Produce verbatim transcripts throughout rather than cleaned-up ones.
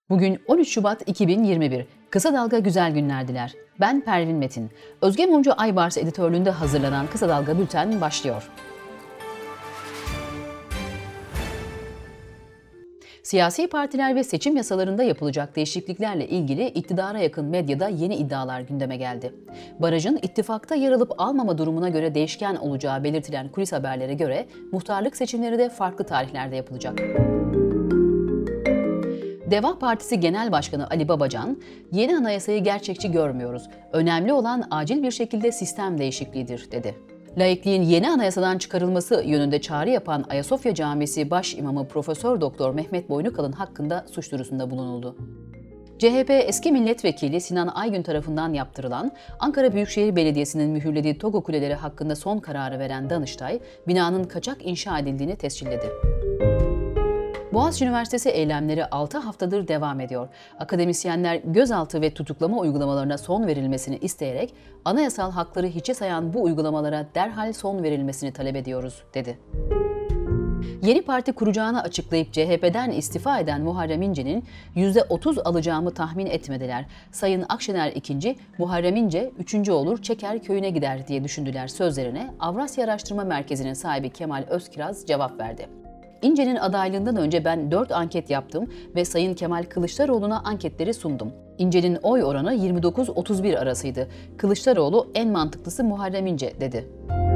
Bugün on üç Şubat iki bin yirmi bir. Kısa Dalga güzel günler diler. Ben Pervin Metin. Özge Mumcu Aybars editörlüğünde hazırlanan Kısa Dalga Bülten başlıyor. Siyasi partiler ve seçim yasalarında yapılacak değişikliklerle ilgili iktidara yakın medyada yeni iddialar gündeme geldi. Barajın ittifakta yer alıp almama durumuna göre değişken olacağı belirtilen kulis haberlere göre muhtarlık seçimleri de farklı tarihlerde yapılacak. Deva Partisi Genel Başkanı Ali Babacan, yeni anayasayı gerçekçi görmüyoruz. Önemli olan acil bir şekilde sistem değişikliğidir, dedi. Laikliğin yeni anayasadan çıkarılması yönünde çağrı yapan Ayasofya Camisi Baş İmamı Profesör Doktor Mehmet Boynukalın hakkında suç duyurusunda bulunuldu. C H P eski milletvekili Sinan Aygün tarafından yaptırılan Ankara Büyükşehir Belediyesi'nin mühürlediği TOGO kuleleri hakkında son kararı veren Danıştay, binanın kaçak inşa edildiğini tescilledi. Boğaziçi Üniversitesi eylemleri altı haftadır devam ediyor. Akademisyenler gözaltı ve tutuklama uygulamalarına son verilmesini isteyerek anayasal hakları hiçe sayan bu uygulamalara derhal son verilmesini talep ediyoruz, dedi. Yeni parti kuracağını açıklayıp C H P'den istifa eden Muharrem İnce'nin yüzde otuz alacağımı tahmin etmediler. Sayın Akşener ikinci, Muharrem İnce üçüncü olur, çeker köyüne gider diye düşündüler sözlerine Avrasya Araştırma Merkezi'nin sahibi Kemal Özkiraz cevap verdi. İnce'nin adaylığından önce ben dört anket yaptım ve Sayın Kemal Kılıçdaroğlu'na anketleri sundum. İnce'nin oy oranı yirmi dokuz otuz bir arasıydı. Kılıçdaroğlu en mantıklısı Muharrem İnce, dedi.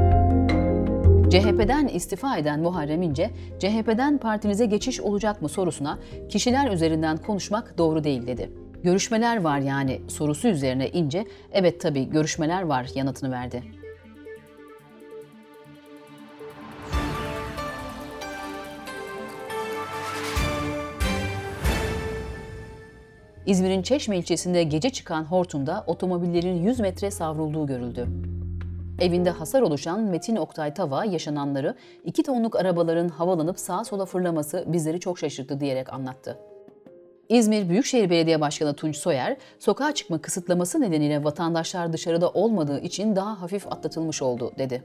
C H P'den istifa eden Muharrem İnce, C H P'den partinize geçiş olacak mı sorusuna kişiler üzerinden konuşmak doğru değil, dedi. Görüşmeler var yani sorusu üzerine İnce, evet tabii görüşmeler var yanıtını verdi. İzmir'in Çeşme ilçesinde gece çıkan hortumda otomobillerin yüz metre savrulduğu görüldü. Evinde hasar oluşan Metin Oktay Tava yaşananları iki tonluk arabaların havalanıp sağa sola fırlaması bizleri çok şaşırttı diyerek anlattı. İzmir Büyükşehir Belediye Başkanı Tunç Soyer, sokağa çıkma kısıtlaması nedeniyle vatandaşlar dışarıda olmadığı için daha hafif atlatılmış oldu, dedi.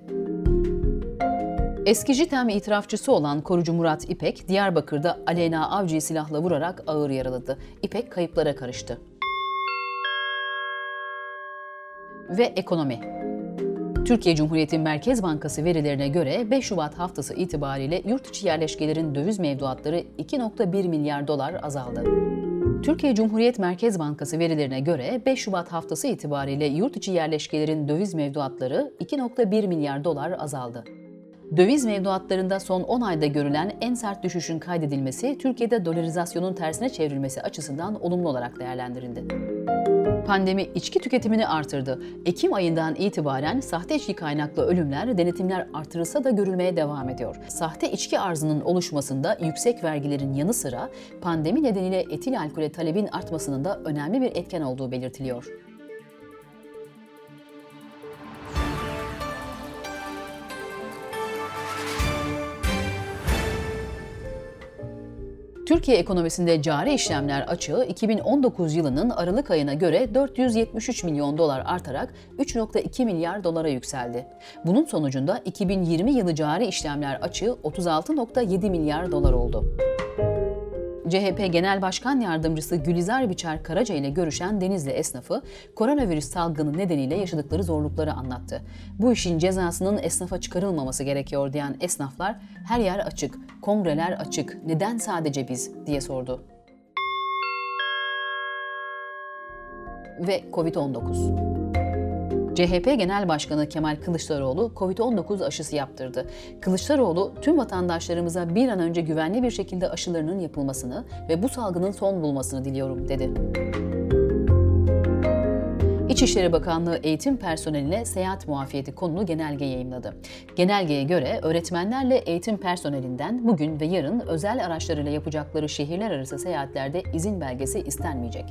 Eski JITEM itirafçısı olan korucu Murat İpek, Diyarbakır'da Aleyna Avcı'yı silahla vurarak ağır yaraladı. İpek kayıplara karıştı. Ve ekonomi. Türkiye Cumhuriyeti Merkez Bankası verilerine göre beş Şubat haftası itibariyle yurt içi yerleşkelerin döviz mevduatları iki virgül bir milyar dolar azaldı. Türkiye Cumhuriyet Merkez Bankası verilerine göre beş Şubat haftası itibariyle yurt içi yerleşkelerin döviz mevduatları iki virgül bir milyar dolar azaldı. Döviz mevduatlarında son on ayda görülen en sert düşüşün kaydedilmesi, Türkiye'de dolarizasyonun tersine çevrilmesi açısından olumlu olarak değerlendirildi. Pandemi içki tüketimini artırdı. Ekim ayından itibaren sahte içki kaynaklı ölümler, denetimler artırılsa da görülmeye devam ediyor. Sahte içki arzının oluşmasında yüksek vergilerin yanı sıra pandemi nedeniyle etil alkole talebin artmasının da önemli bir etken olduğu belirtiliyor. Türkiye ekonomisinde cari işlemler açığı iki bin on dokuz yılının Aralık ayına göre dört yüz yetmiş üç milyon dolar artarak üç virgül iki milyar dolara yükseldi. Bunun sonucunda iki bin yirmi yılı cari işlemler açığı otuz altı virgül yedi milyar dolar oldu. C H P Genel Başkan Yardımcısı Gülizar Biçer Karaca ile görüşen Denizli esnafı, koronavirüs salgını nedeniyle yaşadıkları zorlukları anlattı. Bu işin cezasının esnafa çıkarılmaması gerekiyor diyen esnaflar, her yer açık, kongreler açık, neden sadece biz diye sordu. Ve kovid on dokuz. C H P Genel Başkanı Kemal Kılıçdaroğlu kovid on dokuz aşısı yaptırdı. Kılıçdaroğlu, tüm vatandaşlarımıza bir an önce güvenli bir şekilde aşılarının yapılmasını ve bu salgının son bulmasını diliyorum, dedi. İçişleri Bakanlığı eğitim personeline seyahat muafiyeti konulu genelge yayımladı. Genelgeye göre öğretmenlerle eğitim personelinden bugün ve yarın özel araçlarıyla yapacakları şehirler arası seyahatlerde izin belgesi istenmeyecek.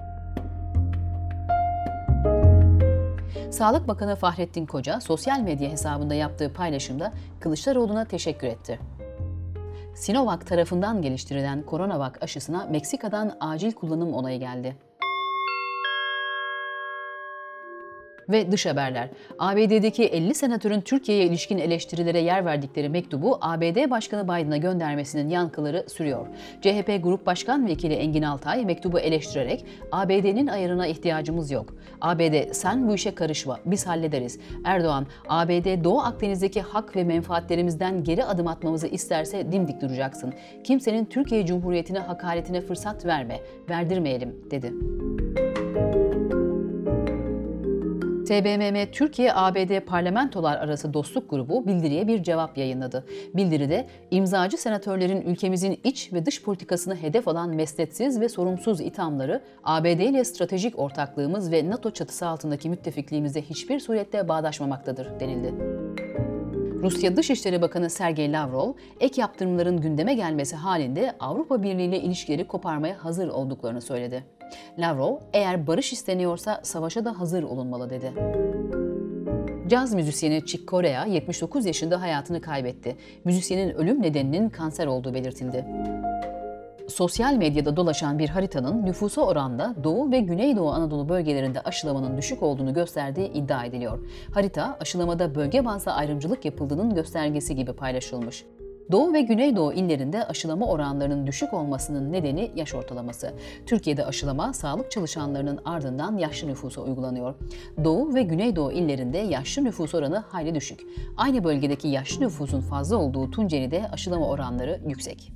Sağlık Bakanı Fahrettin Koca, sosyal medya hesabında yaptığı paylaşımda Kılıçdaroğlu'na teşekkür etti. Sinovac tarafından geliştirilen Coronavac aşısına Meksika'dan acil kullanım onayı geldi. Ve dış haberler. A B D'deki elli senatörün Türkiye'ye ilişkin eleştirilere yer verdikleri mektubu A B D Başkanı Biden'a göndermesinin yankıları sürüyor. C H P Grup Başkan Vekili Engin Altay mektubu eleştirerek A B D'nin ayarına ihtiyacımız yok. A B D sen bu işe karışma, biz hallederiz. Erdoğan, A B D Doğu Akdeniz'deki hak ve menfaatlerimizden geri adım atmamızı isterse dimdik duracaksın. Kimsenin Türkiye Cumhuriyeti'ne hakaretine fırsat verme, verdirmeyelim dedi. T B M M Türkiye-A B D Parlamentolar Arası Dostluk Grubu bildiriye bir cevap yayınladı. Bildiride imzacı senatörlerin ülkemizin iç ve dış politikasını hedef alan mesnetsiz ve sorumsuz ithamları A B D ile stratejik ortaklığımız ve NATO çatısı altındaki müttefikliğimizde hiçbir surette bağdaşmamaktadır denildi. Rusya Dışişleri Bakanı Sergey Lavrov, ek yaptırımların gündeme gelmesi halinde Avrupa Birliği ile ilişkileri koparmaya hazır olduklarını söyledi. Lavrov, eğer barış isteniyorsa savaşa da hazır olunmalı dedi. Caz müzisyeni Chick Corea yetmiş dokuz yaşında hayatını kaybetti. Müzisyenin ölüm nedeninin kanser olduğu belirtildi. Sosyal medyada dolaşan bir haritanın nüfusa oranla Doğu ve Güneydoğu Anadolu bölgelerinde aşılamanın düşük olduğunu gösterdiği iddia ediliyor. Harita, aşılamada bölge bazlı ayrımcılık yapıldığının göstergesi gibi paylaşılmış. Doğu ve Güneydoğu illerinde aşılama oranlarının düşük olmasının nedeni yaş ortalaması. Türkiye'de aşılama sağlık çalışanlarının ardından yaşlı nüfusa uygulanıyor. Doğu ve Güneydoğu illerinde yaşlı nüfus oranı hayli düşük. Aynı bölgedeki yaşlı nüfusun fazla olduğu Tunceli'de aşılama oranları yüksek.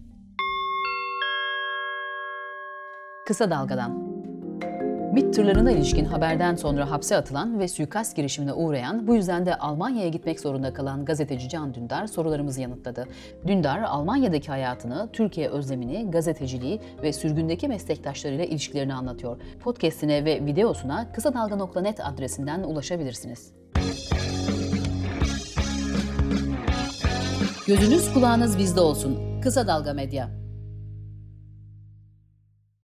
Kısa Dalga'dan. MİT tırlarına ilişkin haberden sonra hapse atılan ve suikast girişimine uğrayan, bu yüzden de Almanya'ya gitmek zorunda kalan gazeteci Can Dündar sorularımızı yanıtladı. Dündar, Almanya'daki hayatını, Türkiye özlemini, gazeteciliği ve sürgündeki meslektaşlarıyla ilişkilerini anlatıyor. Podcast'ine ve videosuna kısa dalga nokta net adresinden ulaşabilirsiniz. Gözünüz kulağınız bizde olsun. Kısa Dalga Medya.